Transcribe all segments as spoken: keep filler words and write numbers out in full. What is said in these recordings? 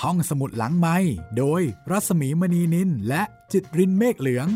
ห้องสมุดหลังไมค์โดยรัศมีมณีนินและจิตรินเมฆเหลือง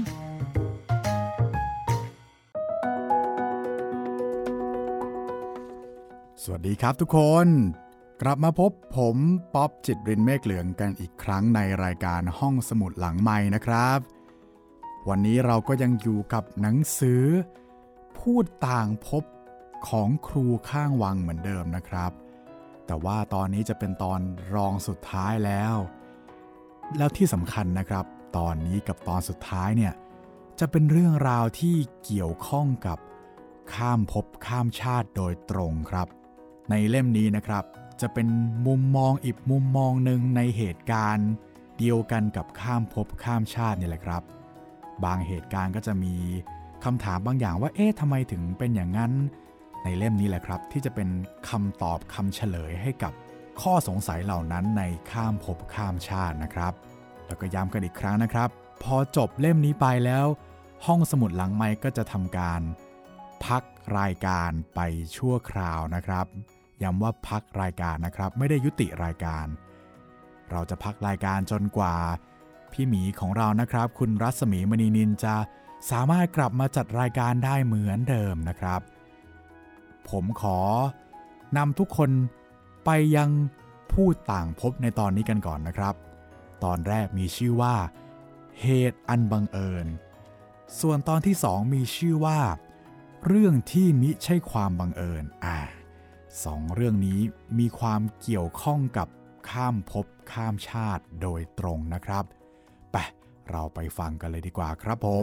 สวัสดีครับทุกคนกลับมาพบผมป๊อบจิตรินเมฆเหลืองกันอีกครั้งในรายการห้องสมุดหลังไมค์นะครับวันนี้เราก็ยังอยู่กับหนังสือพูดต่างภพของครูข้างวังเหมือนเดิมนะครับแต่ว่าตอนนี้จะเป็นตอนรองสุดท้ายแล้วแล้วที่สำคัญนะครับตอนนี้กับตอนสุดท้ายเนี่ยจะเป็นเรื่องราวที่เกี่ยวข้องกับข้ามภพข้ามชาติโดยตรงครับในเล่มนี้นะครับจะเป็นมุมมองอีกมุมมองหนึ่งในเหตุการณ์เดียวกันกับข้ามภพข้ามชาตินี่แหละครับบางเหตุการณ์ก็จะมีคำถามบางอย่างว่าเอ๊ะทำไมถึงเป็นอย่างนั้นในเล่มนี้แหละครับที่จะเป็นคำตอบคำเฉลยให้กับข้อสงสัยเหล่านั้นในข้ามภพข้ามชาตินะครับแล้วก็ย้ำกันอีกครั้งนะครับพอจบเล่มนี้ไปแล้วห้องสมุดหลังไมค์ก็จะทำการพักรายการไปชั่วคราวนะครับย้ำว่าพักรายการนะครับไม่ได้ยุติรายการเราจะพักรายการจนกว่าพี่หมีของเรานะครับคุณรัศมีมณีนินจะสามารถกลับมาจัดรายการได้เหมือนเดิมนะครับผมขอนำทุกคนไปยังพูดต่างภพในตอนนี้กันก่อนนะครับตอนแรกมีชื่อว่าเหตุอันบังเอิญส่วนตอนที่สองมีชื่อว่าเรื่องที่มิใช่ความบังเอิญอ่าสองเรื่องนี้มีความเกี่ยวข้องกับข้ามภพข้ามชาติโดยตรงนะครับไปเราไปฟังกันเลยดีกว่าครับผม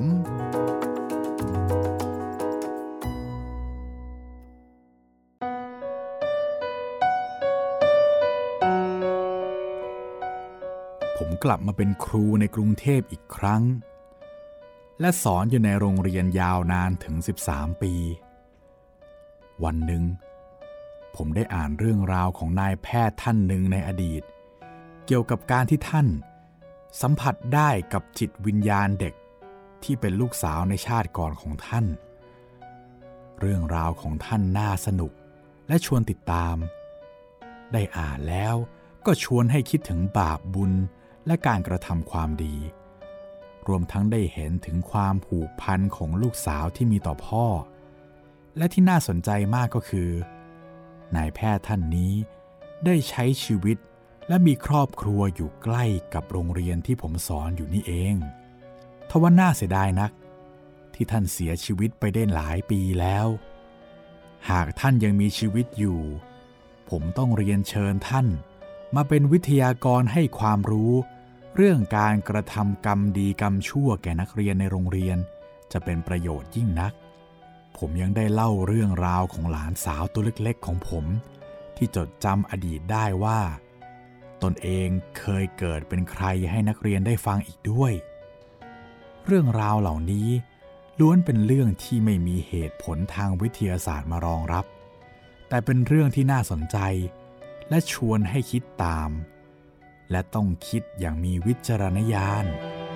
ผมกลับมาเป็นครูในกรุงเทพอีกครั้งและสอนอยู่ในโรงเรียนยาวนานถึงสิบสามปีวันหนึ่งผมได้อ่านเรื่องราวของนายแพทย์ท่านหนึ่งในอดีตเกี่ยวกับการที่ท่านสัมผัสได้กับจิตวิญญาณเด็กที่เป็นลูกสาวในชาติก่อนของท่านเรื่องราวของท่านน่าสนุกและชวนติดตามได้อ่านแล้วก็ชวนให้คิดถึงบาปบุญและการกระทำความดีรวมทั้งได้เห็นถึงความผูกพันของลูกสาวที่มีต่อพ่อและที่น่าสนใจมากก็คือนายแพทย์ท่านนี้ได้ใช้ชีวิตและมีครอบครัวอยู่ใกล้กับโรงเรียนที่ผมสอนอยู่นี่เองทว่าน่าเสียดายนักที่ท่านเสียชีวิตไปได้หลายปีแล้วหากท่านยังมีชีวิตอยู่ผมต้องเรียนเชิญท่านมาเป็นวิทยากรให้ความรู้เรื่องการกระทำกรรมดีกรรมชั่วแก่นักเรียนในโรงเรียนจะเป็นประโยชน์ยิ่งนักผมยังได้เล่าเรื่องราวของหลานสาวตัวเล็กๆของผมที่จดจำอดีตได้ว่าตนเองเคยเกิดเป็นใครให้นักเรียนได้ฟังอีกด้วยเรื่องราวเหล่านี้ล้วนเป็นเรื่องที่ไม่มีเหตุผลทางวิทยาศาสตร์มารองรับแต่เป็นเรื่องที่น่าสนใจและชวนให้คิดตามและต้องคิดอย่างมีวิจารณญาณ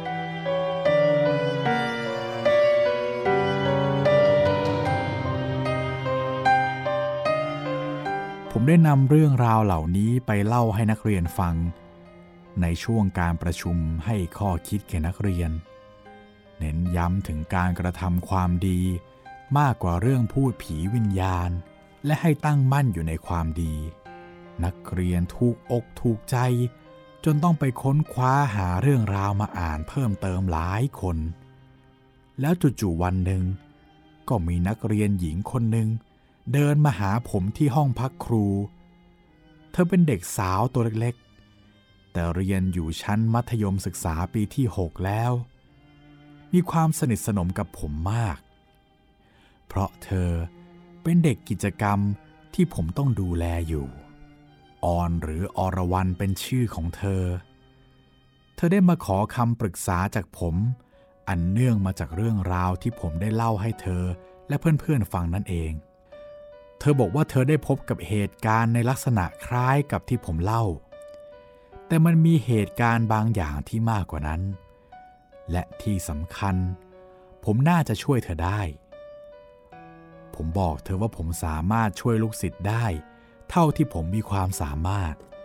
ผมได้นำเรื่องราวเหล่านี้ไปเล่าให้นักเรียนฟังในช่วงการประชุมให้ข้อคิดแก่นักเรียนเน้นย้ำถึงการกระทำความดีมากกว่าเรื่องพูดผีวิญญาณและให้ตั้งมั่นอยู่ในความดีนักเรียนถูกอกถูกใจจนต้องไปค้นคว้าหาเรื่องราวมาอ่านเพิ่มเติมหลายคนแล้วจู่ๆวันหนึ่งก็มีนักเรียนหญิงคนหนึ่งเดินมาหาผมที่ห้องพักครูเธอเป็นเด็กสาวตัวเล็กๆแต่เรียนอยู่ชั้นมัธยมศึกษาปีที่หกแล้วมีความสนิทสนมกับผมมากเพราะเธอเป็นเด็กกิจกรรมที่ผมต้องดูแลอยู่ออนหรืออรวรรณเป็นชื่อของเธอเธอได้มาขอคำปรึกษาจากผมอันเนื่องมาจากเรื่องราวที่ผมได้เล่าให้เธอและเพื่อนๆฟังนั่นเองเธอบอกว่าเธอได้พบกับเหตุการณ์ในลักษณะคล้ายกับที่ผมเล่าแต่มันมีเหตุการณ์บางอย่างที่มากกว่านั้นและที่สำคัญผมน่าจะช่วยเธอได้ผมบอกเธอว่าผมสามารถช่วยลูกศิษย์ได้เท่าที่ผมมีความสามารถ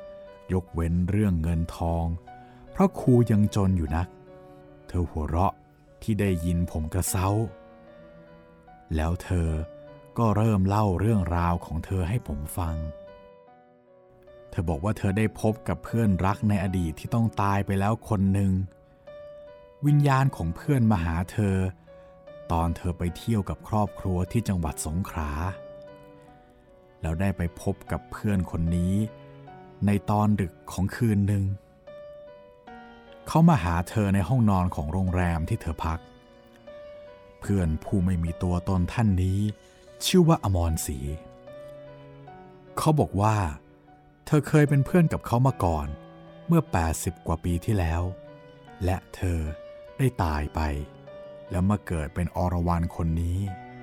ยกเว้นเรื่องเงินทองเพราะครูยังจนอยู่นักเธอหัวเราะที่ได้ยินผมกระเซ้าแล้วเธอก็เริ่มเล่าเรื่องราวของเธอให้ผมฟังเธอบอกว่าเธอได้พบกับเพื่อนรักในอดีตที่ต้องตายไปแล้วคนหนึ่งวิญญาณของเพื่อนมาหาเธอตอนเธอไปเที่ยวกับครอบครัวที่จังหวัดสงขลาแล้วได้ไปพบกับเพื่อนคนนี้ในตอนดึกของคืนหนึ่งเขามาหาเธอในห้องนอนของโรงแรมที่เธอพักเพื่อนผู้ไม่มีตัวตนท่านนี้ชื่อว่าอมรศรีเขาบอกว่าเธอเคยเป็นเพื่อนกับเขามาก่อนเมื่อแปดสิบกว่าปีที่แล้วและเธอได้ตายไปแล้วมาเกิดเป็นอรวรรณคนนี้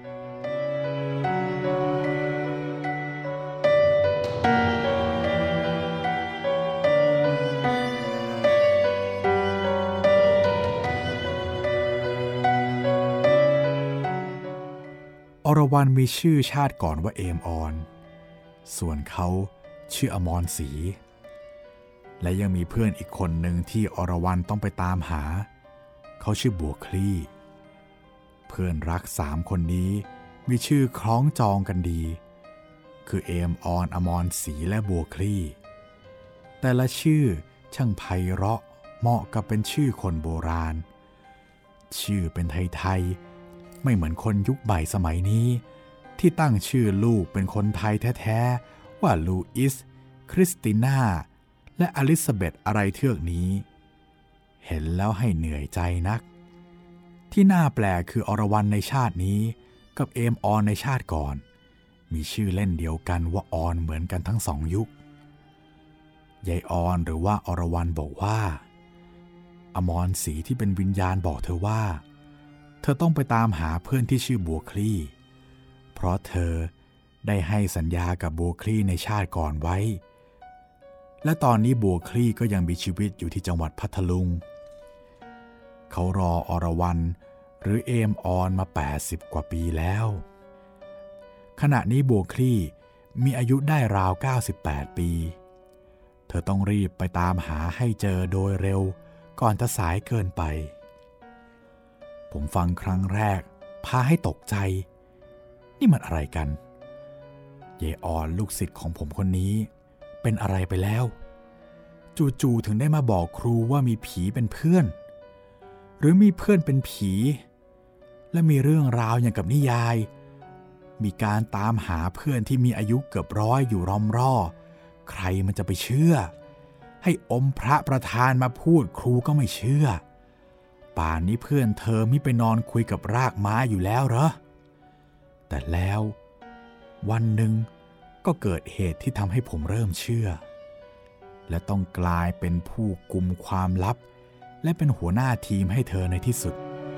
อรวรรณมีชื่อชาติก่อนว่าเอมออนส่วนเขาชื่ออมรศรีและยังมีเพื่อนอีกคนหนึ่งที่อรวรรณต้องไปตามหาเขาชื่อบัวคลี่เพื่อนรักสามคนนี้มีชื่อคล้องจองกันดีคือเอมออนอมรศรีและบัวคลี่แต่ละชื่อช่างไพเราะเหมาะกับเป็นชื่อคนโบราณชื่อเป็นไทยๆไม่เหมือนคนยุคใหม่สมัยนี้ที่ตั้งชื่อลูกเป็นคนไทยแท้ๆว่าลูอิสคริสติน่าและอลิซาเบธอะไรเทือกนี้เห็นแล้วให้เหนื่อยใจนักที่น่าแปลกคืออรวรรณในชาตินี้กับเอมออนในชาติก่อนมีชื่อเล่นเดียวกันว่าออนเหมือนกันทั้งสองยุคยายออนหรือว่าอรวรรณบอกว่าอมรศรีที่เป็นวิญญาณบอกเธอว่าเธอต้องไปตามหาเพื่อนที่ชื่อบัวคลี่เพราะเธอได้ให้สัญญากับบัวคลี่ในชาติก่อนไว้และตอนนี้บัวคลี่ก็ยังมีชีวิตอยู่ที่จังหวัดพัทลุงเขารออรวรรณหรือเอมออนมาแปดสิบกว่าปีแล้วขณะนี้บัวคลี่มีอายุได้ราวเก้าสิบแปดปีเธอต้องรีบไปตามหาให้เจอโดยเร็วก่อนจะสายเกินไปผมฟังครั้งแรกพาให้ตกใจนี่มันอะไรกันยายอ่อนลูกศิษย์ของผมคนนี้เป็นอะไรไปแล้วจู่ๆถึงได้มาบอกครูว่ามีผีเป็นเพื่อนหรือมีเพื่อนเป็นผีและมีเรื่องราวอย่างกับนิยายมีการตามหาเพื่อนที่มีอายุเกือบร้อยอยู่รอมร่อใครมันจะไปเชื่อให้อมพระประธานมาพูดครูก็ไม่เชื่อป่านนี้เพื่อนเธอมิไปนอนคุยกับรากไม้อยู่แล้วเหรอแต่แล้ววันหนึ่งก็เกิดเหตุที่ทำให้ผมเริ่มเชื่อและต้องกลายเป็นผู้กุมความลับและเป็นหัวหน้าทีมให้เธอในที่สุด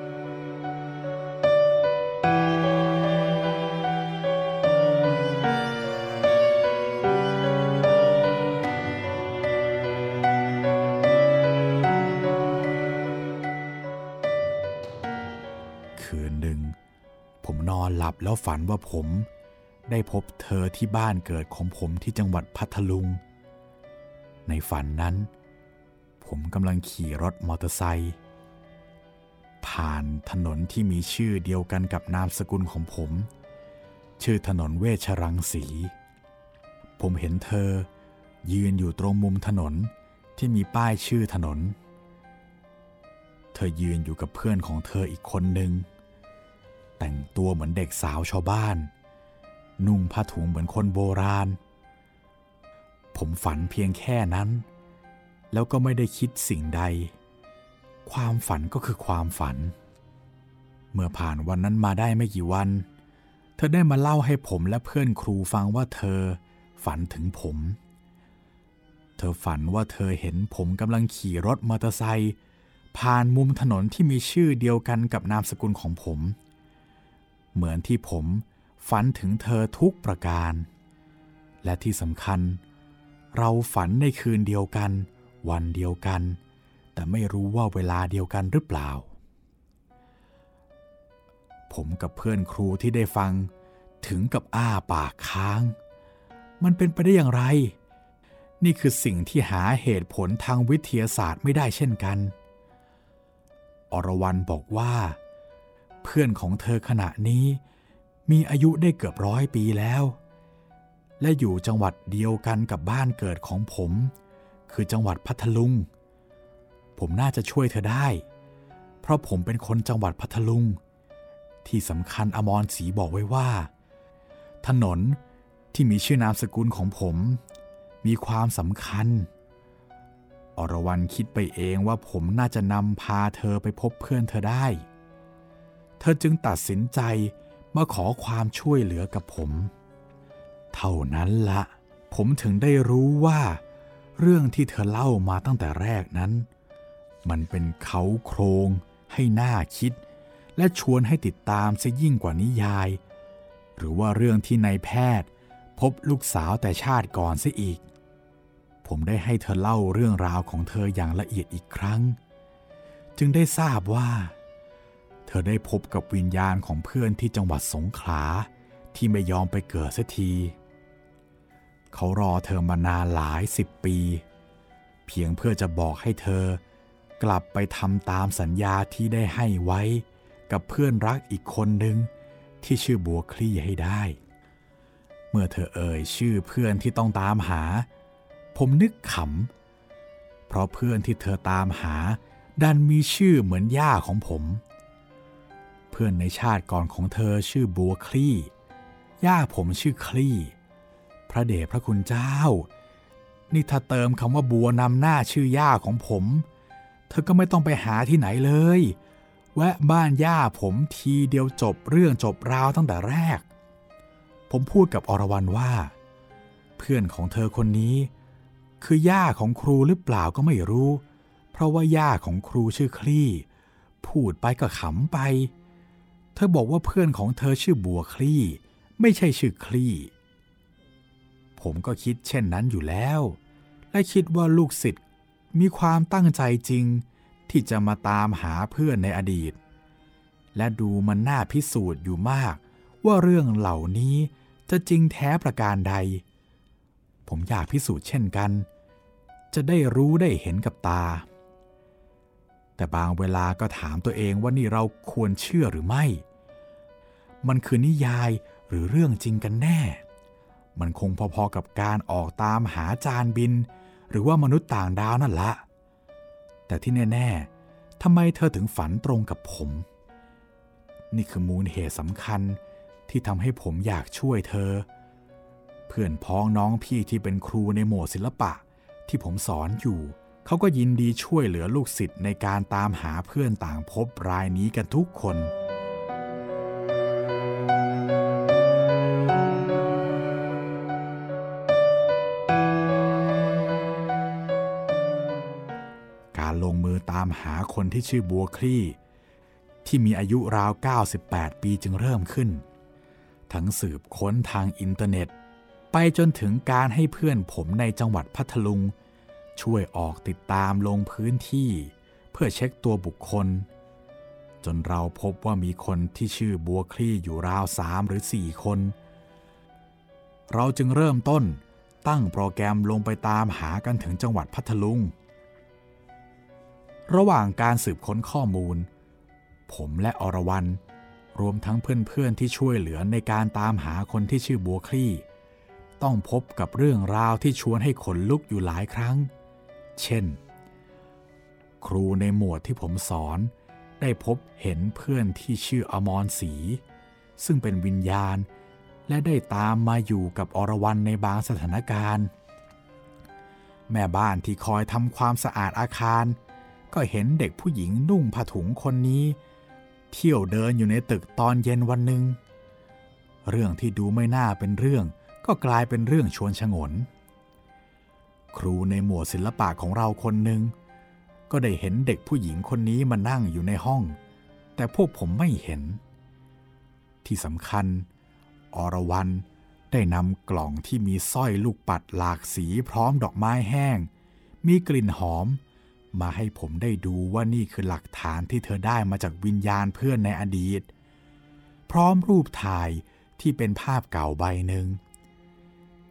คืนหนึ่งผมนอนหลับแล้วฝันว่าผมได้พบเธอที่บ้านเกิดของผมที่จังหวัดพัทลุงในฝันนั้นผมกำลังขี่รถมอเตอร์ไซค์ผ่านถนนที่มีชื่อเดียวกันกับนามสกุลของผมชื่อถนนเวชรังสีผมเห็นเธอยืนอยู่ตรงมุมถนนที่มีป้ายชื่อถนนเธอยืนอยู่กับเพื่อนของเธออีกคนหนึ่งแต่งตัวเหมือนเด็กสาวชาวบ้านนุ่งผ้าถุงเหมือนคนโบราณผมฝันเพียงแค่นั้นแล้วก็ไม่ได้คิดสิ่งใดความฝันก็คือความฝันเมื่อผ่านวันนั้นมาได้ไม่กี่วันเธอได้มาเล่าให้ผมและเพื่อนครูฟังว่าเธอฝันถึงผมเธอฝันว่าเธอเห็นผมกำลังขี่รถมอเตอร์ไซค์ผ่านมุมถนนที่มีชื่อเดียวกันกับนามสกุลของผมเหมือนที่ผมฝันถึงเธอทุกประการและที่สำคัญเราฝันในคืนเดียวกันวันเดียวกันแต่ไม่รู้ว่าเวลาเดียวกันหรือเปล่าผมกับเพื่อนครูที่ได้ฟังถึงกับอ้าปากค้างมันเป็นไปได้อย่างไรนี่คือสิ่งที่หาเหตุผลทางวิทยาศาสตร์ไม่ได้เช่นกันอรวรรณบอกว่าเพื่อนของเธอขณะนี้มีอายุได้เกือบร้อยปีแล้วและอยู่จังหวัดเดียวกันกับบ้านเกิดของผมคือจังหวัดพัทลุงผมน่าจะช่วยเธอได้เพราะผมเป็นคนจังหวัดพัทลุงที่สำคัญอมรศรีบอกไว้ว่าถนนที่มีชื่อนามสกุลของผมมีความสำคัญอรวรรณคิดไปเองว่าผมน่าจะนำพาเธอไปพบเพื่อนเธอได้เธอจึงตัดสินใจมาขอความช่วยเหลือกับผมเท่านั้นละผมถึงได้รู้ว่าเรื่องที่เธอเล่ามาตั้งแต่แรกนั้นมันเป็นเขาโครงให้น่าคิดและชวนให้ติดตามซะยิ่งกว่านิยายหรือว่าเรื่องที่นายแพทย์พบลูกสาวแต่ชาติก่อนซะอีกผมได้ให้เธอเล่าเรื่องราวของเธออย่างละเอียดอีกครั้งจึงได้ทราบว่าเธอได้พบกับวิญญาณของเพื่อนที่จังหวัดสงขลาที่ไม่ยอมไปเกิดสักทีเขารอเธอมานานหลายสิบปีเพียงเพื่อจะบอกให้เธอกลับไปทำตามสัญญาที่ได้ให้ไว้กับเพื่อนรักอีกคนหนึ่งที่ชื่อบัวคลี่ให้ได้เมื่อเธอเอ่ยชื่อเพื่อนที่ต้องตามหาผมนึกขำเพราะเพื่อนที่เธอตามหาดันมีชื่อเหมือนย่าของผมเพื่อนในชาติก่อนของเธอชื่อบัวคลี่ย่าผมชื่อคลี่พระเดชพระคุณเจ้านี่ถ้าเติมคำว่าบัวนำหน้าชื่อย่าของผมเธอก็ไม่ต้องไปหาที่ไหนเลยแวะบ้านย่าผมทีเดียวจบเรื่องจบราวตั้งแต่แรกผมพูดกับอรวรรณว่าเพื่อนของเธอคนนี้คือย่าของครูหรือเปล่าก็ไม่รู้เพราะว่าย่าของครูชื่อคลี่พูดไปก็ขำไปเธอบอกว่าเพื่อนของเธอชื่อบัวคลี่ไม่ใช่ชื่อคลี่ผมก็คิดเช่นนั้นอยู่แล้วและคิดว่าลูกศิษย์มีความตั้งใจจริงที่จะมาตามหาเพื่อนในอดีตและดูมันน่าพิสูจน์อยู่มากว่าเรื่องเหล่านี้จะจริงแท้ประการใดผมอยากพิสูจน์เช่นกันจะได้รู้ได้เห็นกับตาแต่บางเวลาก็ถามตัวเองว่านี่เราควรเชื่อหรือไม่มันคือนิยายหรือเรื่องจริงกันแน่มันคงพอๆกับการออกตามหาจานบินหรือว่ามนุษย์ต่างดาวนั่นละแต่ที่แน่ๆทำไมเธอถึงฝันตรงกับผมนี่คือมูลเหตุสำคัญที่ทำให้ผมอยากช่วยเธอเพื่อนพ้องน้องพี่ที่เป็นครูในหมวดศิลปะที่ผมสอนอยู่เขาก็ยินดีช่วยเหลือลูกศิษย์ในการตามหาเพื่อนต่างภพรายนี้กันทุกคนการลงมือตามหาคนที่ชื่อบัวคลี่ที่มีอายุราวเก้าสิบแปดปีจึงเริ่มขึ้นทั้งสืบค้นทางอินเทอร์เน็ตไปจนถึงการให้เพื่อนผมในจังหวัดพัทลุงช่วยออกติดตามลงพื้นที่เพื่อเช็คตัวบุคคลจนเราพบว่ามีคนที่ชื่อบัวคลี่อยู่ราวสามหรือสี่คนเราจึงเริ่มต้นตั้งโปรแกรมลงไปตามหากันถึงจังหวัดพัทลุงระหว่างการสืบค้นข้อมูลผมและอรวรรณรวมทั้งเพื่อนๆที่ช่วยเหลือในการตามหาคนที่ชื่อบัวคลี่ต้องพบกับเรื่องราวที่ชวนให้ขนลุกอยู่หลายครั้งเช่นครูในหมวดที่ผมสอนได้พบเห็นเพื่อนที่ชื่ออมรศรีซึ่งเป็นวิญญาณและได้ตามมาอยู่กับอรวรรณในบางสถานการณ์แม่บ้านที่คอยทำความสะอาดอาคารก็เห็นเด็กผู้หญิงนุ่งผ้าถุงคนนี้เที่ยวเดินอยู่ในตึกตอนเย็นวันหนึ่งเรื่องที่ดูไม่น่าเป็นเรื่องก็กลายเป็นเรื่องชวนฉงนครูในหมวดศิลปะของเราคนหนึ่งก็ได้เห็นเด็กผู้หญิงคนนี้มานั่งอยู่ในห้องแต่พวกผมไม่เห็นที่สำคัญอรวรรณได้นำกล่องที่มีสร้อยลูกปัดหลากสีพร้อมดอกไม้แห้งมีกลิ่นหอมมาให้ผมได้ดูว่านี่คือหลักฐานที่เธอได้มาจากวิญญาณเพื่อนในอดีตพร้อมรูปถ่ายที่เป็นภาพเก่าใบหนึ่ง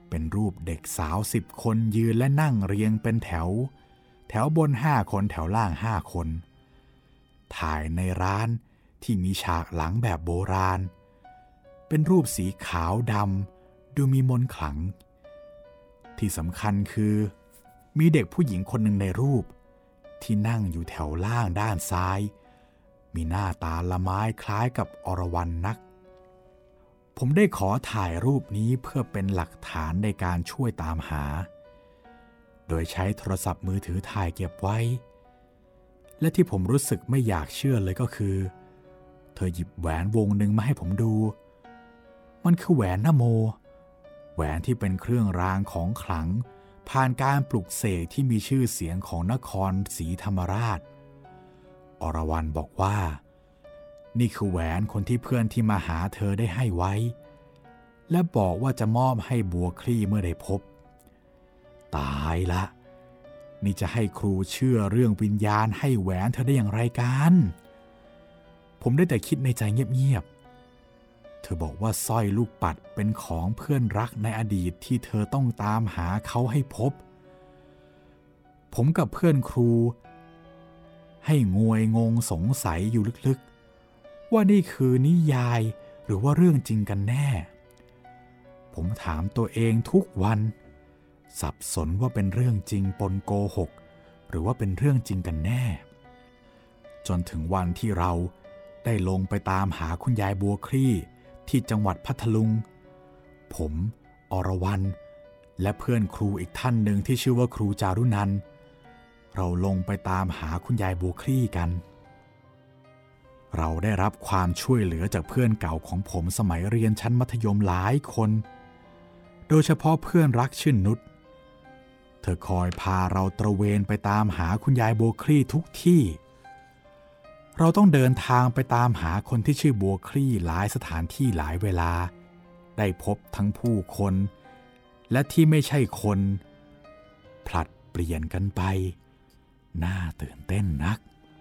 เป็นรูปเด็กสาวสิบคนยืนและนั่งเรียงเป็นแถวแถวบนห้าคนแถวล่างห้าคนถ่ายในร้านที่มีฉากหลังแบบโบราณเป็นรูปสีขาวดำดูมีมนต์ขลังที่สำคัญคือมีเด็กผู้หญิงคนหนึ่งในรูปที่นั่งอยู่แถวล่างด้านซ้ายมีหน้าตาละไม้คล้ายกับอรวรรณนักผมได้ขอถ่ายรูปนี้เพื่อเป็นหลักฐานในการช่วยตามหาโดยใช้โทรศัพท์มือถือถ่ายเก็บไว้และที่ผมรู้สึกไม่อยากเชื่อเลยก็คือเธอหยิบแหวนวงหนึ่งมาให้ผมดูมันคือแหวนนโมแหวนที่เป็นเครื่องรางของขลังผ่านการปลุกเสกที่มีชื่อเสียงของนครศรีธรรมราชอรวรรณบอกว่านี่คือแหวนคนที่เพื่อนที่มาหาเธอได้ให้ไว้และบอกว่าจะมอบให้บัวคลี่เมื่อได้พบตายละนี่จะให้ครูเชื่อเรื่องวิญญาณให้แหวนเธอได้อย่างไรกันผมได้แต่คิดในใจเงียบๆเธอบอกว่าสร้อยลูกปัดเป็นของเพื่อนรักในอดีตที่เธอต้องตามหาเขาให้พบผมกับเพื่อนครูให้งวยงงสงสัยอยู่ลึกๆว่านี่คือนิยายหรือว่าเรื่องจริงกันแน่ผมถามตัวเองทุกวันสับสนว่าเป็นเรื่องจริงปนโกหกหรือว่าเป็นเรื่องจริงกันแน่จนถึงวันที่เราได้ลงไปตามหาคุณยายบัวคลี่ที่จังหวัดพัทลุงผมอรวรรณและเพื่อนครูอีกท่านหนึ่งที่ชื่อว่าครูจารุนันท์เราลงไปตามหาคุณยายบัวคลี่กันเราได้รับความช่วยเหลือจากเพื่อนเก่าของผมสมัยเรียนชั้นมัธยมหลายคนโดยเฉพาะเพื่อนรักชื่อนุชเธอคอยพาเราตระเวนไปตามหาคุณยายบัวคลี่ทุกที่เราต้องเดินทางไปตามหาคนที่ชื่อบัวคลี่หลายสถานที่หลายเวลาได้พบทั้งผู้คนและที่ไม่ใช่คนผลัดเปลี่ยนกันไปน่าตื่นเต้นนัก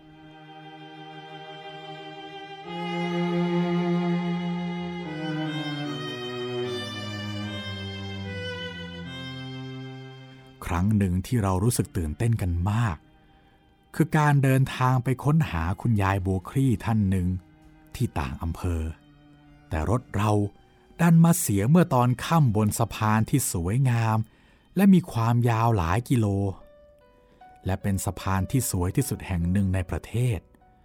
ครั้งหนึ่งที่เรารู้สึกตื่นเต้นกันมากคือการเดินทางไปค้นหาคุณยายบัวคลี่ท่านหนึ่งที่ต่างอำเภอแต่รถเราดันมาเสียเมื่อตอนค่ำบนสะพานที่สวยงามและมีความยาวหลายกิโลและเป็นสะพานที่สวยที่สุดแห่งหนึ่งในประเทศ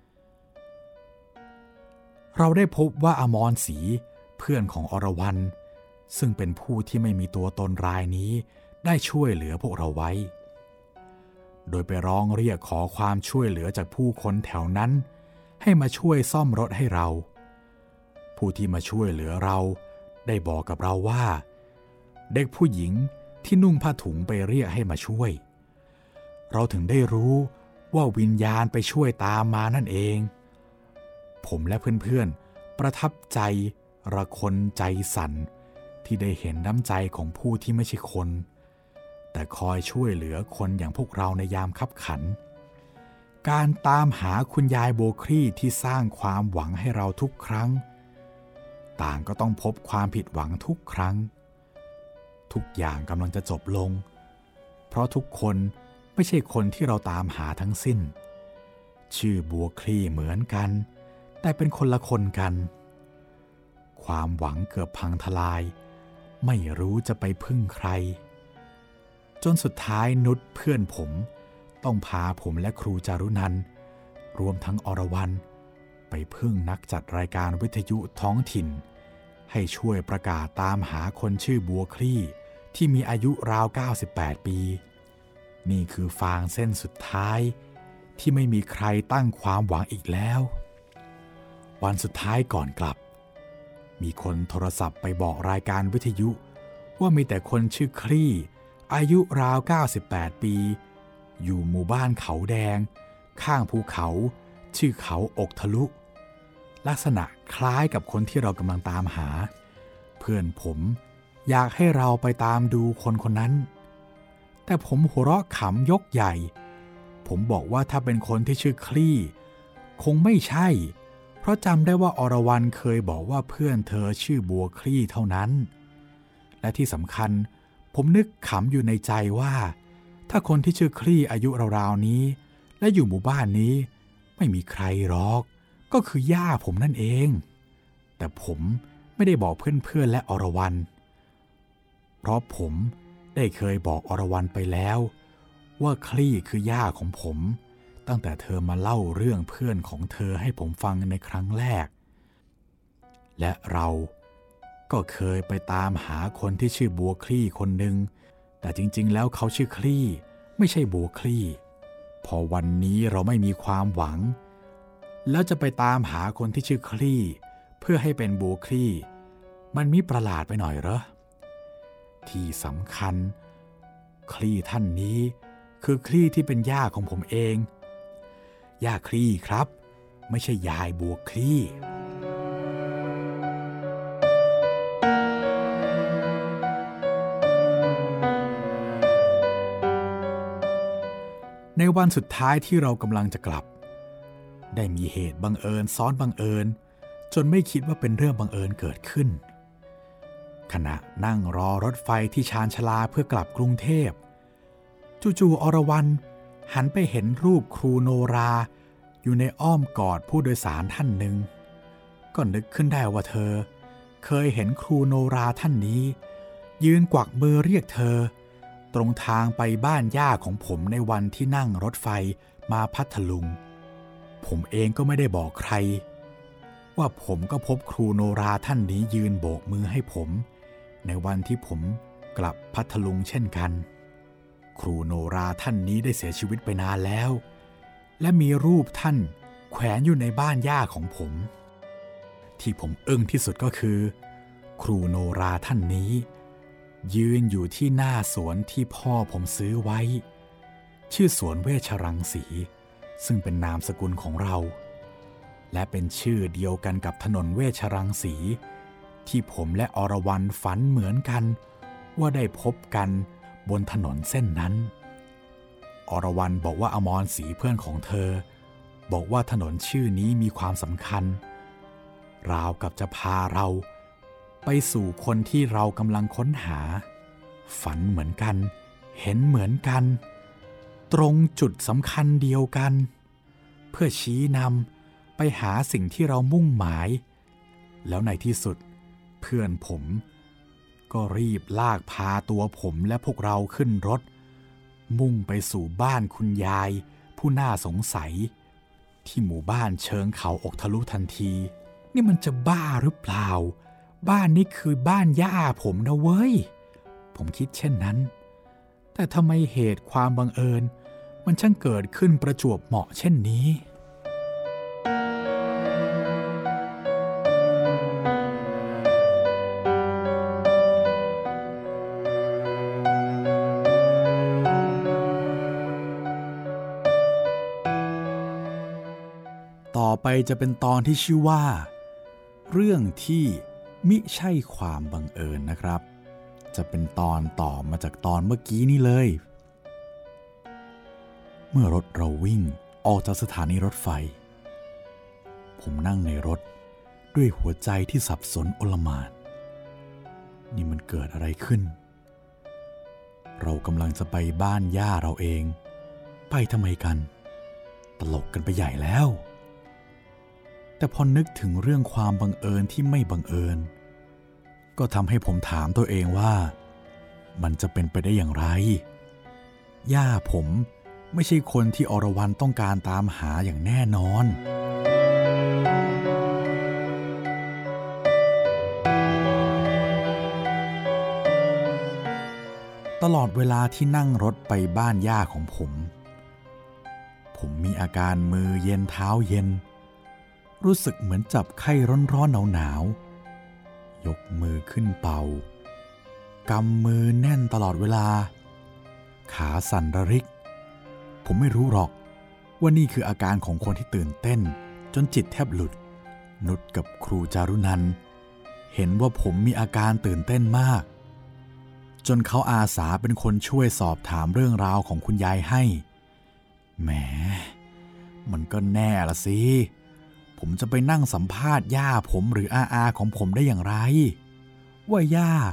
เราได้พบว่าอมรศรีเพื่อนของอรวรรณซึ่งเป็นผู้ที่ไม่มีตัวตนรายนี้ได้ช่วยเหลือพวกเราไว้โดยไปร้องเรียกขอความช่วยเหลือจากผู้คนแถวนั้นให้มาช่วยซ่อมรถให้เราผู้ที่มาช่วยเหลือเราได้บอกกับเราว่าเด็กผู้หญิงที่นุ่งผ้าถุงไปเรียกให้มาช่วยเราถึงได้รู้ว่าวิญญาณไปช่วยตามมานั่นเองผมและเพื่อนๆประทับใจระคนใจสั่นที่ได้เห็นน้ำใจของผู้ที่ไม่ใช่คนแต่คอยช่วยเหลือคนอย่างพวกเราในยามคับขันการตามหาคุณยายโบคลี่ที่สร้างความหวังให้เราทุกครั้งต่างก็ต้องพบความผิดหวังทุกครั้งทุกอย่างกำลังจะจบลงเพราะทุกคนไม่ใช่คนที่เราตามหาทั้งสิ้นชื่อบัวคลี่เหมือนกันแต่เป็นคนละคนกันความหวังเกือบพังทลายไม่รู้จะไปพึ่งใครจนสุดท้ายนุชเพื่อนผมต้องพาผมและครูจารุนันท์รวมทั้งอรวรรณไปพึ่งนักจัดรายการวิทยุท้องถิ่นให้ช่วยประกาศตามหาคนชื่อบัวคลี่ที่มีอายุราวเก้าสิบแปดปีนี่คือฟางเส้นสุดท้ายที่ไม่มีใครตั้งความหวังอีกแล้ววันสุดท้ายก่อนกลับมีคนโทรศัพท์ไปบอกรายการวิทยุว่ามีแต่คนชื่อคลี่อายุราวเก้าสิบแปดปีอยู่หมู่บ้านเขาแดงข้างภูเขาชื่อเขาอกทะลุลักษณะคล้ายกับคนที่เรากำลังตามหาเพื่อนผมอยากให้เราไปตามดูคนคนนั้นแต่ผมหัวเราะขำยกใหญ่ผมบอกว่าถ้าเป็นคนที่ชื่อคลี่คงไม่ใช่เพราะจำได้ว่าอรวรรณเคยบอกว่าเพื่อนเธอชื่อบัวคลี่เท่านั้นและที่สำคัญผมนึกขำอยู่ในใจว่าถ้าคนที่ชื่อคลี่อายุราวๆนี้และอยู่หมู่บ้านนี้ไม่มีใครหรอกก็คือย่าผมนั่นเองแต่ผมไม่ได้บอกเพื่อนๆและอรวรรณเพราะผมได้เคยบอกอรวรรณไปแล้วว่าคลี่คือย่าของผมตั้งแต่เธอมาเล่าเรื่องเพื่อนของเธอให้ผมฟังในครั้งแรกและเราก็เคยไปตามหาคนที่ชื่อบัวคลี่คนหนึ่งแต่จริงๆแล้วเขาชื่อคลี่ไม่ใช่บัวคลี่พอวันนี้เราไม่มีความหวังแล้วจะไปตามหาคนที่ชื่อคลี่เพื่อให้เป็นบัวคลี่มันมิประหลาดไปหน่อยเหรอที่สำคัญคลี่ท่านนี้คือคลี่ที่เป็นย่าของผมเองย่าคลี่ครับไม่ใช่ยายบัวคลี่ในวันสุดท้ายที่เรากำลังจะกลับได้มีเหตุบังเอิญซ้อนบังเอิญจนไม่คิดว่าเป็นเรื่องบังเอิญเกิดขึ้นขณะนั่งรอรถไฟที่ชานชาลาเพื่อกลับกรุงเทพจู่ๆอรวรรณหันไปเห็นรูปครูโนราอยู่ในอ้อมกอดผู้โดยสารท่านหนึ่งก็นึกขึ้นได้ว่าเธอเคยเห็นครูโนราท่านนี้ยืนกวักมือเรียกเธอตรงทางไปบ้านย่าของผมในวันที่นั่งรถไฟมาพัทลุงผมเองก็ไม่ได้บอกใครว่าผมก็พบครูโนราท่านนี้ยืนโบกมือให้ผมในวันที่ผมกลับพัทลุงเช่นกันครูโนราท่านนี้ได้เสียชีวิตไปนานแล้วและมีรูปท่านแขวนอยู่ในบ้านย่าของผมที่ผมอึ้งที่สุดก็คือครูโนราท่านนี้ยืนอยู่ที่หน้าสวนที่พ่อผมซื้อไว้ชื่อสวนเวชรังสีซึ่งเป็นนามสกุลของเราและเป็นชื่อเดียวกันกับถนนเวชรังสีที่ผมและอรวรรณฝันเหมือนกันว่าได้พบกันบนถนนเส้นนั้นอรวรรณบอกว่าอมรศรีเพื่อนของเธอบอกว่าถนนชื่อนี้มีความสำคัญราวกับจะพาเราไปสู่คนที่เรากำลังค้นหาฝันเหมือนกันเห็นเหมือนกันตรงจุดสำคัญเดียวกันเพื่อชี้นำไปหาสิ่งที่เรามุ่งหมายแล้วในที่สุดเพื่อนผมก็รีบลากพาตัวผมและพวกเราขึ้นรถมุ่งไปสู่บ้านคุณยายผู้น่าสงสัยที่หมู่บ้านเชิงเขาอกทะลุทันทีนี่มันจะบ้าหรือเปล่าบ้านนี้คือบ้านย่าผมนะเว้ยผมคิดเช่นนั้นแต่ทำไมเหตุความบังเอิญมันช่างเกิดขึ้นประจวบเหมาะเช่นนี้ต่อไปจะเป็นตอนที่ชื่อว่าเรื่องที่มิใช่ความบังเอิญนะครับจะเป็นตอนต่อมาจากตอนเมื่อกี้นี้เลยเมื่อรถเราวิ่งออกจากสถานีรถไฟผมนั่งในรถด้วยหัวใจที่สับสนโอลหม่านนี่มันเกิดอะไรขึ้นเรากำลังจะไปบ้านย่าเราเองไปทำไมกันตลกกันไปใหญ่แล้วแต่พอนึกถึงเรื่องความบังเอิญที่ไม่บังเอิญก็ทำให้ผมถามตัวเองว่ามันจะเป็นไปได้อย่างไรย่าผมไม่ใช่คนที่อรวรรณต้องการตามหาอย่างแน่นอนตลอดเวลาที่นั่งรถไปบ้านย่าของผมผมมีอาการมือเย็นเท้าเย็นรู้สึกเหมือนจับไข้ร้อนๆหนาวๆยกมือขึ้นเป่ากำมือแน่นตลอดเวลาขาสั่นระริกผมไม่รู้หรอกว่านี่คืออาการของคนที่ตื่นเต้นจนจิตแทบหลุดนุชกับครูจารุนันท์เห็นว่าผมมีอาการตื่นเต้นมากจนเขาอาสาเป็นคนช่วยสอบถามเรื่องราวของคุณยายให้แหมมันก็แน่ละสิผมจะไปนั่งสัมภาษณ์ย่าผมหรืออาอาของผมได้อย่างไรว่าย่า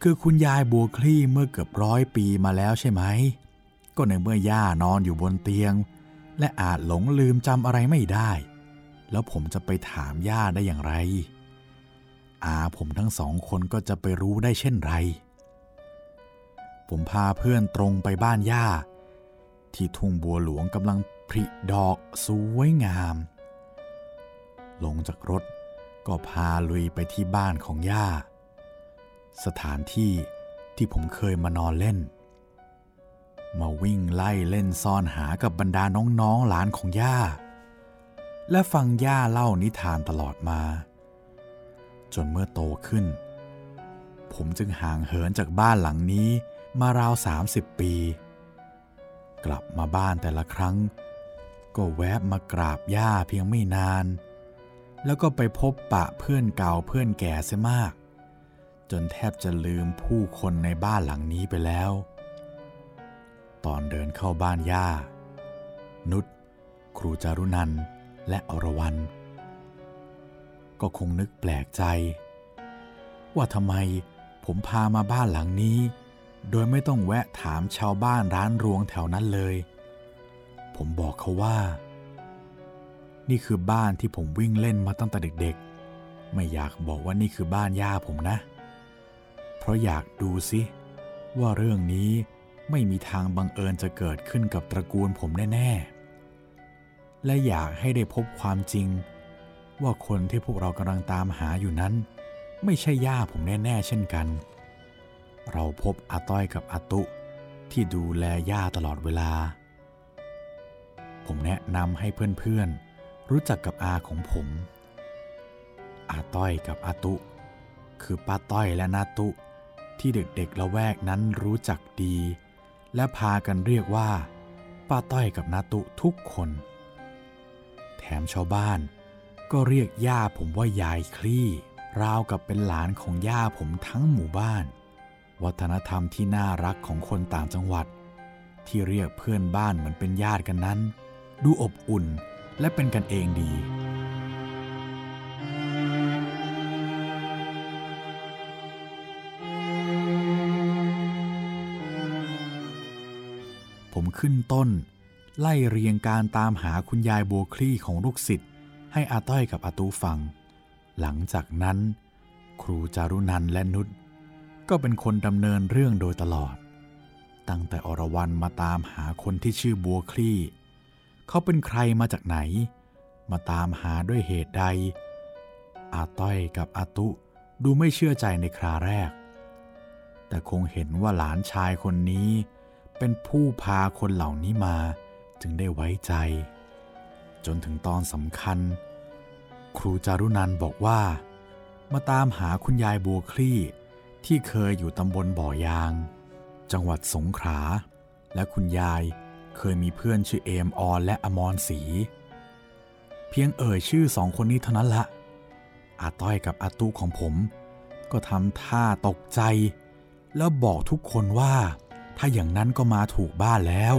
คือคุณยายบัวคลี่เมื่อเกือบร้อยปีมาแล้วใช่ไหมก็ในเมื่อย่านอนอยู่บนเตียงและอาจหลงลืมจำอะไรไม่ได้แล้วผมจะไปถามย่าได้อย่างไรอาผมทั้งสองคนก็จะไปรู้ได้เช่นไรผมพาเพื่อนตรงไปบ้านย่าที่ทุ่งบัวหลวงกำลังผลิดอกสวยงามลงจากรถก็พาลุยไปที่บ้านของย่าสถานที่ที่ผมเคยมานอนเล่นมาวิ่งไล่เล่นซ่อนหากับบรรดาน้องๆหลานของย่าและฟังย่าเล่านิทานตลอดมาจนเมื่อโตขึ้นผมจึงห่างเหินจากบ้านหลังนี้มาราวสามสิบปีกลับมาบ้านแต่ละครั้งก็แวะมากราบย่าเพียงไม่นานแล้วก็ไปพบปะเพื่อนเก่าเพื่อนแก่เสียมากจนแทบจะลืมผู้คนในบ้านหลังนี้ไปแล้วตอนเดินเข้าบ้านย่านุชครูจารุนันท์และอรวรรณก็คงนึกแปลกใจว่าทำไมผมพามาบ้านหลังนี้โดยไม่ต้องแวะถามชาวบ้านร้านรวงแถวนั้นเลยผมบอกเขาว่านี่คือบ้านที่ผมวิ่งเล่นมาตั้งแต่เด็กๆไม่อยากบอกว่านี่คือบ้านย่าผมนะเพราะอยากดูซิว่าเรื่องนี้ไม่มีทางบังเอิญจะเกิดขึ้นกับตระกูลผมแน่ๆและอยากให้ได้พบความจริงว่าคนที่พวกเรากำลังตามหาอยู่นั้นไม่ใช่ย่าผมแน่ๆเช่นกันเราพบอาต้อยกับอาตุที่ดูแลย่าตลอดเวลาผมแนะนำให้เพื่อนๆรู้จักกับอาของผมอาต้อยกับอาตุคือป้าต้อยและนาตุที่เด็กๆละแวกนั้นรู้จักดีและพากันเรียกว่าป้าต้อยกับนาตุทุกคนแถมชาวบ้านก็เรียกย่าผมว่ายายคลี่ราวกับเป็นหลานของย่าผมทั้งหมู่บ้านวัฒนธรรมที่น่ารักของคนต่างจังหวัดที่เรียกเพื่อนบ้านเหมือนเป็นญาติกันนั้นดูอบอุ่นและเป็นกันเองดีผมขึ้นต้นไล่เรียงการตามหาคุณยายบัวคลี่ของลูกศิษย์ให้อาต้อยกับอาตูฟังหลังจากนั้นครูจารุนันท์และนุชก็เป็นคนดำเนินเรื่องโดยตลอดตั้งแต่อรวรรณมาตามหาคนที่ชื่อบัวคลี่เขาเป็นใครมาจากไหนมาตามหาด้วยเหตุใดอาต้อยกับอาตุดูไม่เชื่อใจในคราแรกแต่คงเห็นว่าหลานชายคนนี้เป็นผู้พาคนเหล่านี้มาจึงได้ไว้ใจจนถึงตอนสำคัญครูจารุนันท์บอกว่ามาตามหาคุณยายบัวคลี่ที่เคยอยู่ตำบลบ่อยางจังหวัดสงขลาและคุณยายเคยมีเพื่อนชื่อเอมออนและอมรศรีเพียงเอ่ยชื่อสองคนนี้เท่านั้นละอาต้อยกับอาตุของผมก็ทำท่าตกใจแล้วบอกทุกคนว่าถ้าอย่างนั้นก็มาถูกบ้านแล้ว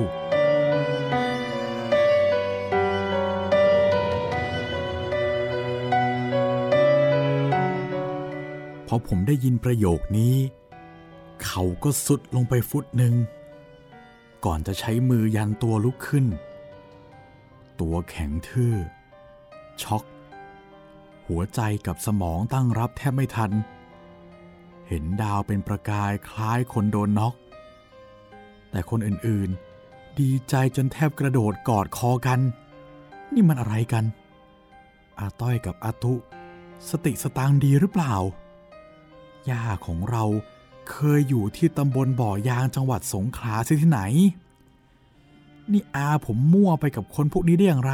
พอผมได้ยินประโยคนี้เขาก็สุดลงไปฟุตหนึ่งก่อนจะใช้มือยันตัวลุกขึ้นตัวแข็งทื่อช็อกหัวใจกับสมองตั้งรับแทบไม่ทันเห็นดาวเป็นประกายคล้ายคนโดนน็อกแต่คนอื่นๆดีใจจนแทบกระโดดกอดคอกันนี่มันอะไรกันอาต้อยกับอาตุสติสตางค์ดีหรือเปล่าย่าของเราเคยอยู่ที่ตำบลบ่อยางจังหวัดสงขลาที่ไหนนี่อาผมมั่วไปกับคนพวกนี้ได้อย่างไร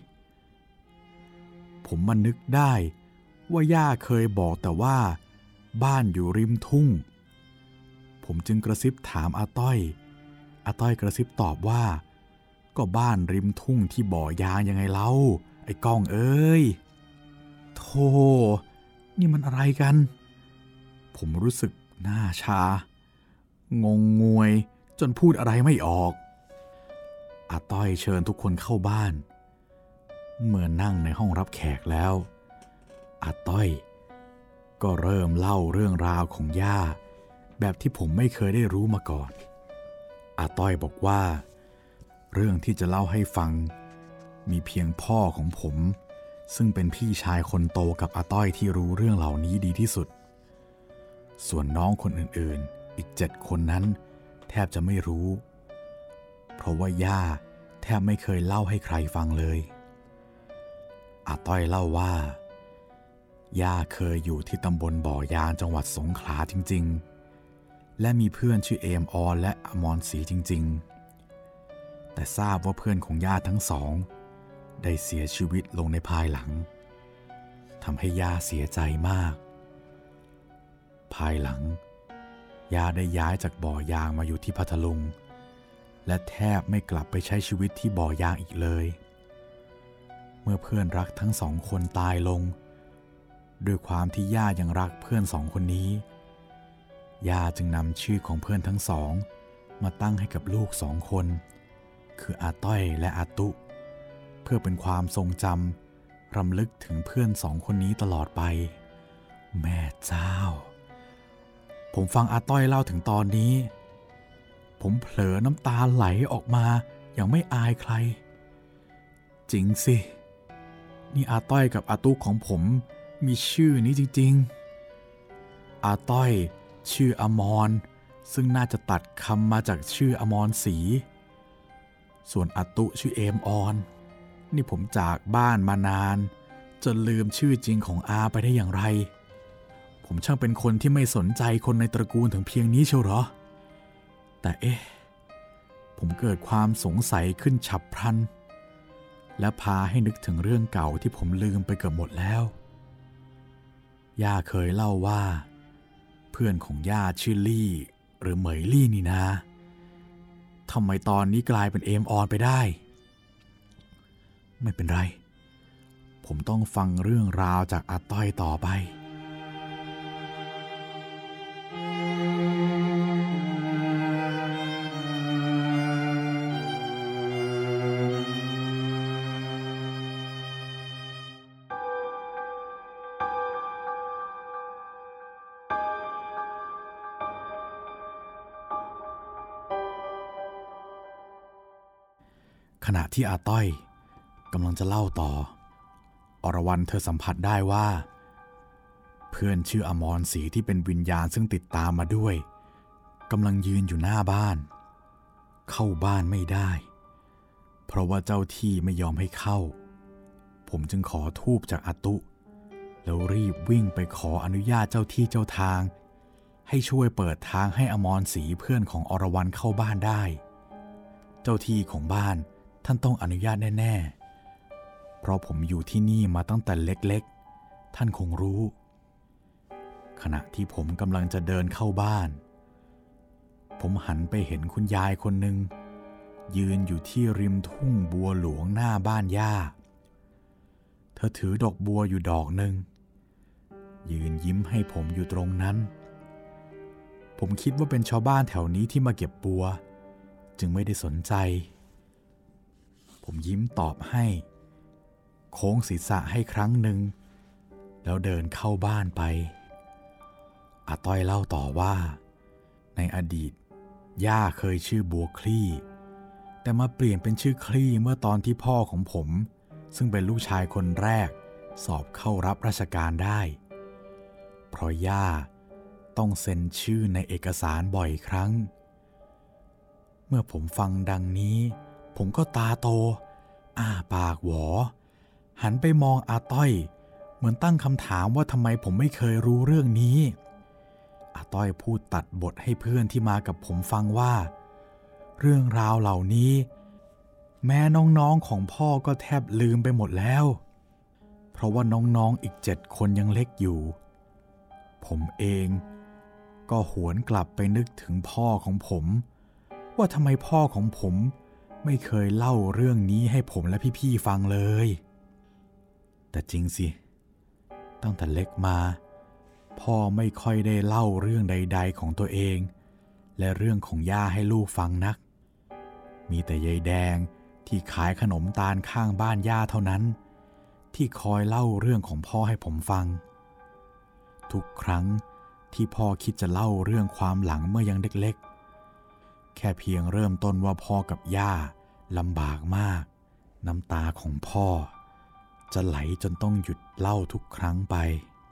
ผมมันนึกได้ว่าย่าเคยบอกแต่ว่าบ้านอยู่ริมทุ่งผมจึงกระซิบถามอาต้อยอาต้อยกระซิบตอบว่าก็บ้านริมทุ่งที่บ่อยางยังไงเล่าไอ้ก้องเอ้ยโธ่นี่มันอะไรกันผมรู้สึกหน้าชางงงวยจนพูดอะไรไม่ออกอาต้อยเชิญทุกคนเข้าบ้านเมื่อนั่งในห้องรับแขกแล้วอาต้อยก็เริ่มเล่าเรื่องราวของย่าแบบที่ผมไม่เคยได้รู้มาก่อนอาต้อยบอกว่าเรื่องที่จะเล่าให้ฟังมีเพียงพ่อของผมซึ่งเป็นพี่ชายคนโตกับอาต้อยที่รู้เรื่องเหล่านี้ดีที่สุดส่วนน้องคนอื่นๆอีกเจ็ดคนนั้นแทบจะไม่รู้เพราะว่าย่าแทบไม่เคยเล่าให้ใครฟังเลยอาต้อยเล่าว่าย่าเคยอยู่ที่ตำบลบ่อยางจังหวัดสงขลาจริงๆและมีเพื่อนชื่อเอมออนและอมรศรีจริงๆแต่ทราบว่าเพื่อนของย่าทั้งสองได้เสียชีวิตลงในภายหลังทำให้ย่าเสียใจมากภายหลังย่าได้ย้ายจากบ่อยางมาอยู่ที่พัทลุงและแทบไม่กลับไปใช้ชีวิตที่บ่อยางอีกเลยเมื่อเพื่อนรักทั้งสองคนตายลงด้วยความที่ย่ายังรักเพื่อนสองคนนี้ย่าจึงนำชื่อของเพื่อนทั้งสองมาตั้งให้กับลูกสองคนคืออาต้อยและอาตุเพื่อเป็นความทรงจำรำลึกถึงเพื่อนสองคนนี้ตลอดไปแม่เจ้าผมฟังอาต้อยเล่าถึงตอนนี้ผมเผลอน้ำตาไหลออกมาอย่างไม่อายใครจริงสินี่อาต้อยกับอาตุของผมมีชื่อนี้จริงๆอาต้อยชื่ออมรซึ่งน่าจะตัดคำมาจากชื่ออมรศรีส่วนอาตุชื่อเอมออนนี่ผมจากบ้านมานานจนลืมชื่อจริงของอาไปได้อย่างไรผมช่างเป็นคนที่ไม่สนใจคนในตระกูลถึงเพียงนี้เชียวหรอแต่เอ๊ะผมเกิดความสงสัยขึ้นฉับพลันและพาให้นึกถึงเรื่องเก่าที่ผมลืมไปเกือบหมดแล้วย่าเคยเล่าว่าเพื่อนของย่าชื่อลี่หรือเหมยลี่นี่นะทำไมตอนนี้กลายเป็นเอมออนไปได้ไม่เป็นไรผมต้องฟังเรื่องราวจากอาต้อยต่อไปขณะที่อาต้อยกำลังจะเล่าต่ออรวรรณเธอสัมผัสได้ว่าเพื่อนชื่ออมรศรีที่เป็นวิญญาณซึ่งติดตามมาด้วยกำลังยืนอยู่หน้าบ้านเข้าบ้านไม่ได้เพราะว่าเจ้าที่ไม่ยอมให้เข้าผมจึงขอธูปจากอาตุแล้วรีบวิ่งไปขออนุญาตเจ้าที่เจ้าทางให้ช่วยเปิดทางให้อมรศรีเพื่อนของอรวรรณเข้าบ้านได้เจ้าที่ของบ้านท่านต้องอนุญาตแน่ๆเพราะผมอยู่ที่นี่มาตั้งแต่เล็กๆท่านคงรู้ขณะที่ผมกำลังจะเดินเข้าบ้านผมหันไปเห็นคุณยายคนหนึ่งยืนอยู่ที่ริมทุ่งบัวหลวงหน้าบ้านย่าเธอถือดอกบัวอยู่ดอกหนึ่งยืนยิ้มให้ผมอยู่ตรงนั้นผมคิดว่าเป็นชาวบ้านแถวนี้ที่มาเก็บบัวจึงไม่ได้สนใจผมยิ้มตอบให้โค้งศีรษะให้ครั้งหนึ่งแล้วเดินเข้าบ้านไปอาต้อยเล่าต่อว่าในอดีตย่าเคยชื่อบัวคลี่แต่มาเปลี่ยนเป็นชื่อคลี่เมื่อตอนที่พ่อของผมซึ่งเป็นลูกชายคนแรกสอบเข้ารับราชการได้เพราะย่าต้องเซ็นชื่อในเอกสารบ่อยครั้งเมื่อผมฟังดังนี้ผมก็ตาโตอ้าปากหวอหันไปมองอาต้อยเหมือนตั้งคำถามว่าทำไมผมไม่เคยรู้เรื่องนี้อาต้อยพูดตัดบทให้เพื่อนที่มากับผมฟังว่าเรื่องราวเหล่านี้แม้น้องๆของพ่อก็แทบลืมไปหมดแล้วเพราะว่าน้องๆอีกเจ็ดคนยังเล็กอยู่ผมเองก็หวนกลับไปนึกถึงพ่อของผมว่าทำไมพ่อของผมไม่เคยเล่าเรื่องนี้ให้ผมและพี่ๆฟังเลยแต่จริงสิตั้งแต่เล็กมาพ่อไม่ค่อยได้เล่าเรื่องใดๆของตัวเองและเรื่องของย่าให้ลูกฟังนักมีแต่ยายแดงที่ขายขนมตาลข้างบ้านย่าเท่านั้นที่คอยเล่าเรื่องของพ่อให้ผมฟังทุกครั้งที่พ่อคิดจะเล่าเรื่องความหลังเมื่อยังเด็กๆแค่เพียงเริ่มต้นว่าพ่อกับย่าลำบากมากน้ำตาของพ่อจะไหลจนต้องหยุดเล่าทุกครั้งไป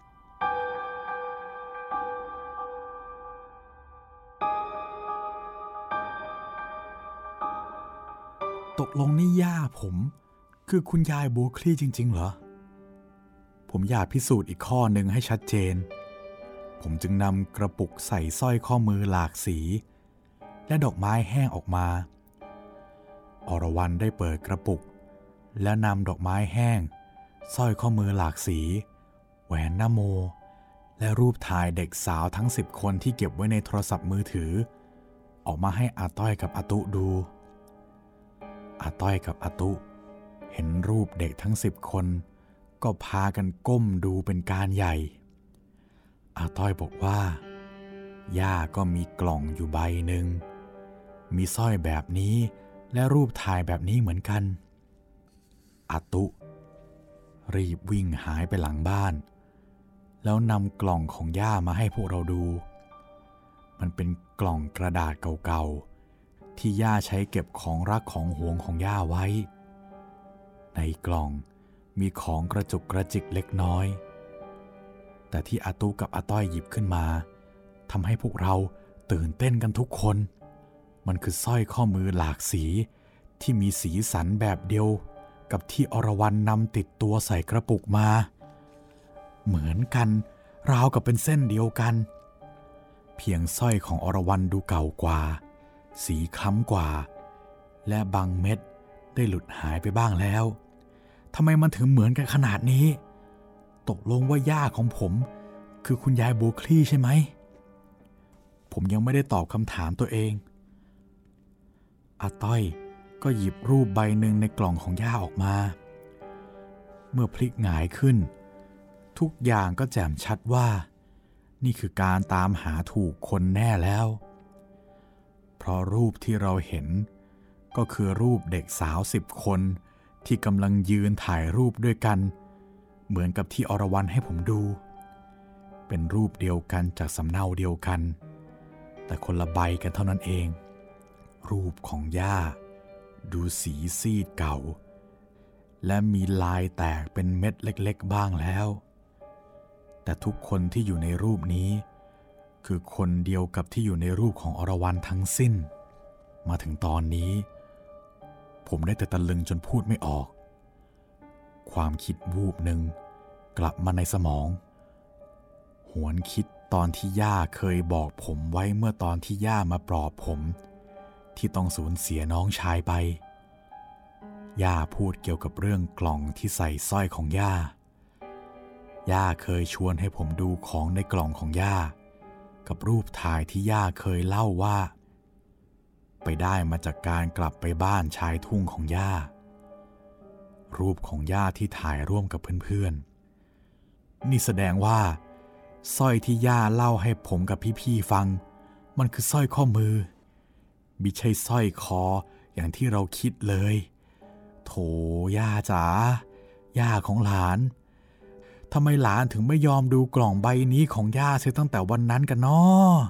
ตกลงนี่ย่าผมคือคุณยายโบคลี่จริงๆเหรอผมอยากพิสูจน์อีกข้อหนึ่งให้ชัดเจนผมจึงนำกระปุกใส่สร้อยข้อมือหลากสีและดอกไม้แห้งออกมาอรวรรณได้เปิดกระปุกและนำดอกไม้แห้งสร้อยข้อมือหลากสีแหวนนโมและรูปถ่ายเด็กสาวทั้งสิบคนที่เก็บไว้ในโทรศัพท์มือถือออกมาให้อาต้อยกับอาตุดูอาต้อยกับอาตุเห็นรูปเด็กทั้งสิบคนก็พากันก้มดูเป็นการใหญ่อาต้อยบอกว่าย่าก็มีกล่องอยู่ใบหนึ่งมีสร้อยแบบนี้และรูปถ่ายแบบนี้เหมือนกันอาตุรีบวิ่งหายไปหลังบ้านแล้วนำกล่องของย่ามาให้พวกเราดูมันเป็นกล่องกระดาษเก่าๆที่ย่าใช้เก็บของรักของหวงของย่าไว้ในกล่องมีของกระจุกกระจิกเล็กน้อยแต่ที่อาตุกับอาต้อยหยิบขึ้นมาทำให้พวกเราตื่นเต้นกันทุกคนมันคือสร้อยข้อมือหลากสีที่มีสีสันแบบเดียวกับที่อรวรรณนำติดตัวใส่กระปุกมาเหมือนกันราวกับเป็นเส้นเดียวกันเพียงสร้อยของอรวรรณดูเก่ากว่าสีคล้ำกว่าและบางเม็ดได้หลุดหายไปบ้างแล้วทำไมมันถึงเหมือนกันขนาดนี้ตกลงว่าย่าของผมคือคุณยายโบคลี่ใช่ไหมผมยังไม่ได้ตอบคำถามตัวเองอาต้อยก็หยิบรูปใบหนึ่งในกล่องของย่าออกมาเมื่อพลิกหงายขึ้นทุกอย่างก็แจ่มชัดว่านี่คือการตามหาถูกคนแน่แล้วเพราะรูปที่เราเห็นก็คือรูปเด็กสาวสิบคนที่กำลังยืนถ่ายรูปด้วยกันเหมือนกับที่อรวรรณให้ผมดูเป็นรูปเดียวกันจากสำเนาเดียวกันแต่คนละใบกันเท่านั้นเองรูปของย่าดูสีซีดเก่าและมีลายแตกเป็นเม็ดเล็กๆบ้างแล้วแต่ทุกคนที่อยู่ในรูปนี้คือคนเดียวกับที่อยู่ในรูปของอรวรรณทั้งสิ้นมาถึงตอนนี้ผมได้แต่ตะลึงจนพูดไม่ออกความคิดวูบหนึ่งกลับมาในสมองหวนคิดตอนที่ย่าเคยบอกผมไว้เมื่อตอนที่ย่ามาปลอบผมที่ต้องสูญเสียน้องชายไปย่าพูดเกี่ยวกับเรื่องกล่องที่ใส่สร้อยของย่าย่าเคยชวนให้ผมดูของในกล่องของย่ากับรูปถ่ายที่ย่าเคยเล่าว่าไปได้มาจากการกลับไปบ้านชายทุ่งของย่ารูปของย่าที่ถ่ายร่วมกับเพื่อนๆนี่แสดงว่าสร้อยที่ย่าเล่าให้ผมกับพี่ๆฟังมันคือสร้อยข้อมือมิใช่สร้อยคออย่างที่เราคิดเลยโถย่าจ๋าย่าของหลานทำไมหลานถึงไม่ยอมดูกล่องใบนี้ของย่าเสียตั้งแต่วันนั้นกันน้อ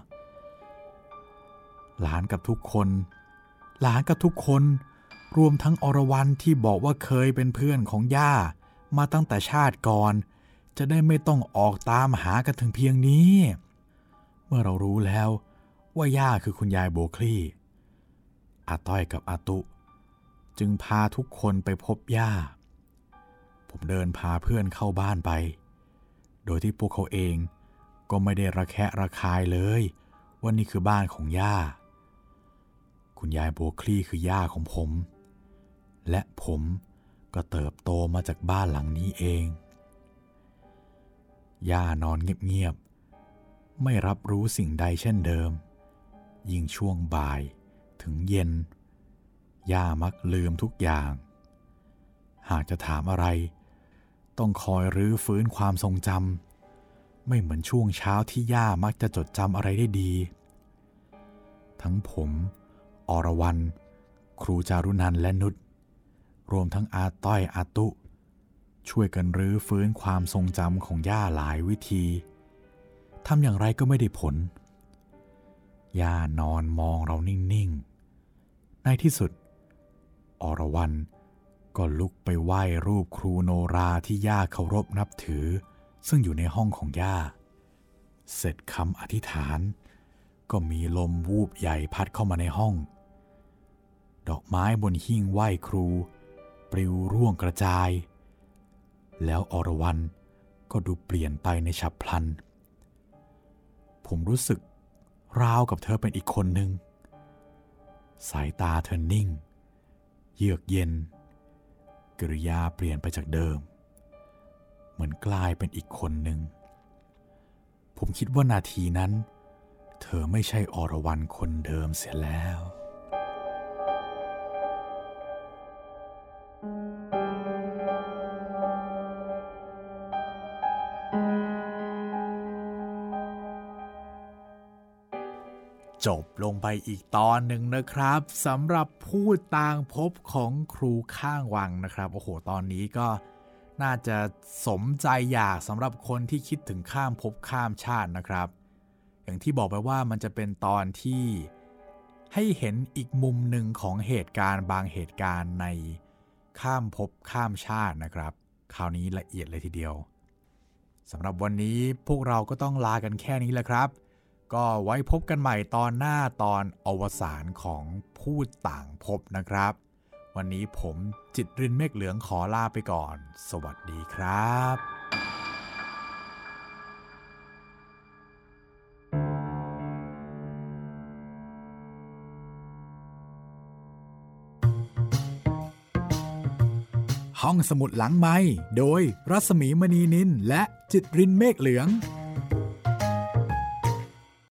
หลานกับทุกคนหลานกับทุกคนรวมทั้งอรวรรณที่บอกว่าเคยเป็นเพื่อนของย่ามาตั้งแต่ชาติก่อนจะได้ไม่ต้องออกตามหากันถึงเพียงนี้เมื่อเรารู้แล้วว่าย่าคือคุณยายโบคลี่อาต้อยกับอาตุจึงพาทุกคนไปพบย่าผมเดินพาเพื่อนเข้าบ้านไปโดยที่พวกเขาเองก็ไม่ได้ระแคะระคายเลยว่านี่คือบ้านของย่าคุณยายโบคลี่คือย่าของผมและผมก็เติบโตมาจากบ้านหลังนี้เองย่านอนเงียบๆไม่รับรู้สิ่งใดเช่นเดิมยิ่งช่วงบ่ายถึงเย็นย่ามักลืมทุกอย่างหากจะถามอะไรต้องคอยรื้อฟื้นความทรงจำไม่เหมือนช่วงเช้าที่ย่ามักจะจดจำอะไรได้ดีทั้งผมอรวรรณครูจารุนันท์และนุชรวมทั้งอาต้อยอาตุช่วยกันรื้อฟื้นความทรงจำของย่าหลายวิธีทำอย่างไรก็ไม่ได้ผลย่านอนมองเรานิ่งๆในที่สุดอรวรรณก็ลุกไปไหว้รูปครูโนราที่ย่าเคารพนับถือซึ่งอยู่ในห้องของย่าเสร็จคำอธิษฐานก็มีลมวูบใหญ่พัดเข้ามาในห้องดอกไม้บนหิ้งไหว้ครูปลิวร่วงกระจายแล้วอรวรรณก็ดูเปลี่ยนไปในฉับพลันผมรู้สึกราวกับเธอเป็นอีกคนหนึ่งสายตาเธอนิ่งเยือกเย็นกริยาเปลี่ยนไปจากเดิมเหมือนกลายเป็นอีกคนหนึ่งผมคิดว่านาทีนั้นเธอไม่ใช่อรวรรณคนเดิมเสียแล้วจบลงไปอีกตอนหนึ่งนะครับสำหรับพูดต่างภพของครูข้างวังนะครับโอ้โหตอนนี้ก็น่าจะสมใจอยากสำหรับคนที่คิดถึงข้ามภพข้ามชาตินะครับอย่างที่บอกไปว่ามันจะเป็นตอนที่ให้เห็นอีกมุมหนึ่งของเหตุการณ์บางเหตุการณ์ในข้ามภพข้ามชาตินะครับคราวนี้ละเอียดเลยทีเดียวสำหรับวันนี้พวกเราก็ต้องลากันแค่นี้แหละครับก็ไว้พบกันใหม่ตอนหน้าตอนอวสานของพูดต่างภพนะครับวันนี้ผมจิตรินเมฆเหลืองขอลาไปก่อนสวัสดีครับห้องสมุดหลังไมค์โดยรัศมีมณีนินและจิตรินเมฆเหลือง